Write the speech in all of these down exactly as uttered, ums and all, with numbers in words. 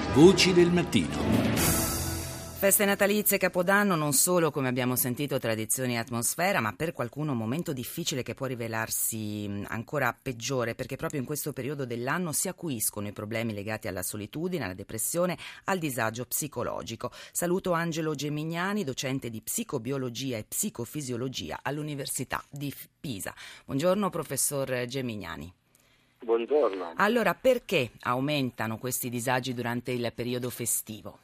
Voci del mattino. Feste natalizie, Capodanno, non solo, come abbiamo sentito, tradizioni e atmosfera, ma per qualcuno un momento difficile che può rivelarsi ancora peggiore, perché proprio in questo periodo dell'anno si acuiscono i problemi legati alla solitudine, alla depressione, al disagio psicologico. Saluto Angelo Gemignani, docente di psicobiologia e psicofisiologia all'Università di Pisa. Buongiorno professor Gemignani. Buongiorno. Allora, perché aumentano questi disagi durante il periodo festivo?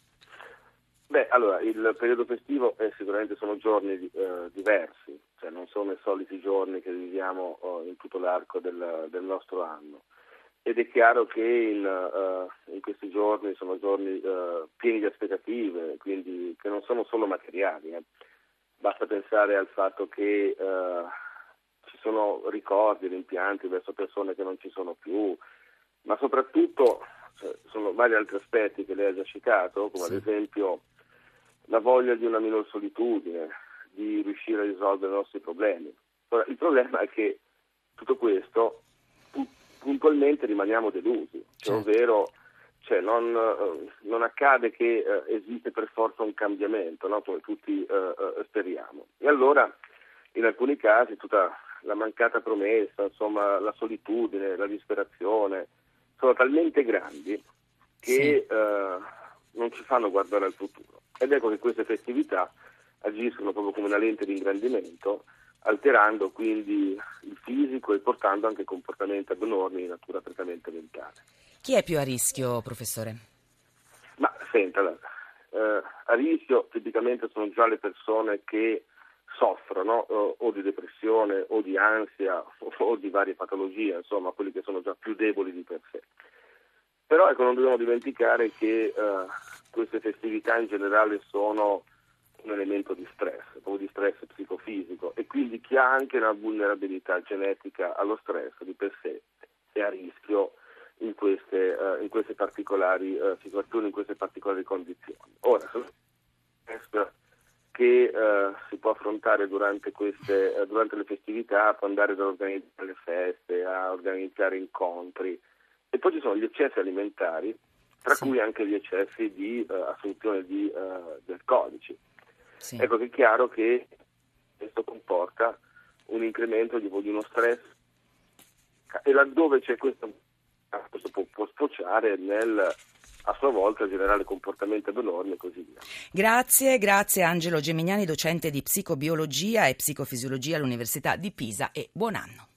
Beh, allora, il periodo festivo eh, sicuramente sono giorni eh, diversi, cioè non sono i soliti giorni che viviamo oh, in tutto l'arco del, del nostro anno. Ed è chiaro che in, uh, in questi giorni sono giorni uh, pieni di aspettative, quindi che non sono solo materiali. Eh. Basta pensare al fatto che uh, ci sono ricordi, rimpianti verso persone che non ci sono più, ma soprattutto cioè, sono vari altri aspetti che lei ha già citato, come sì. ad esempio la voglia di una minor solitudine, di riuscire a risolvere i nostri problemi. Ora, il problema è che tutto questo pu- puntualmente rimaniamo delusi, cioè, ovvero cioè, non, uh, non accade che uh, esiste per forza un cambiamento, no? Come tutti uh, uh, speriamo. E allora in alcuni casi tutta la mancata promessa, insomma la solitudine, la disperazione sono talmente grandi che sì. uh, non ci fanno guardare al futuro. Ed ecco che queste festività agiscono proprio come una lente di ingrandimento, alterando quindi il fisico e portando anche comportamenti abnormi di natura prettamente mentale. Chi è più a rischio, professore? Ma senta, eh, a rischio tipicamente sono già le persone che soffrono o, o di depressione o di ansia o, o di varie patologie, insomma quelli che sono già più deboli di per sé. Però ecco, non dobbiamo dimenticare che eh, queste festività in generale sono un elemento di stress, proprio di stress psicofisico, e quindi chi ha anche una vulnerabilità genetica allo stress di per sé è a rischio in queste, uh, in queste particolari uh, situazioni, in queste particolari condizioni. Ora, stress che uh, si può affrontare durante, queste, uh, durante le festività, può andare ad organizzare le feste, a organizzare incontri, e poi ci sono gli eccessi alimentari, tra sì. cui anche gli eccessi di uh, assunzione di, uh, del codice. Sì. Ecco che è chiaro che questo comporta un incremento di, di uno stress, e laddove c'è questo, questo può, può sfociare nel a sua volta generare comportamenti abnormi e così via. Grazie, grazie Angelo Gemignani, docente di psicobiologia e psicofisiologia all'Università di Pisa, e buon anno.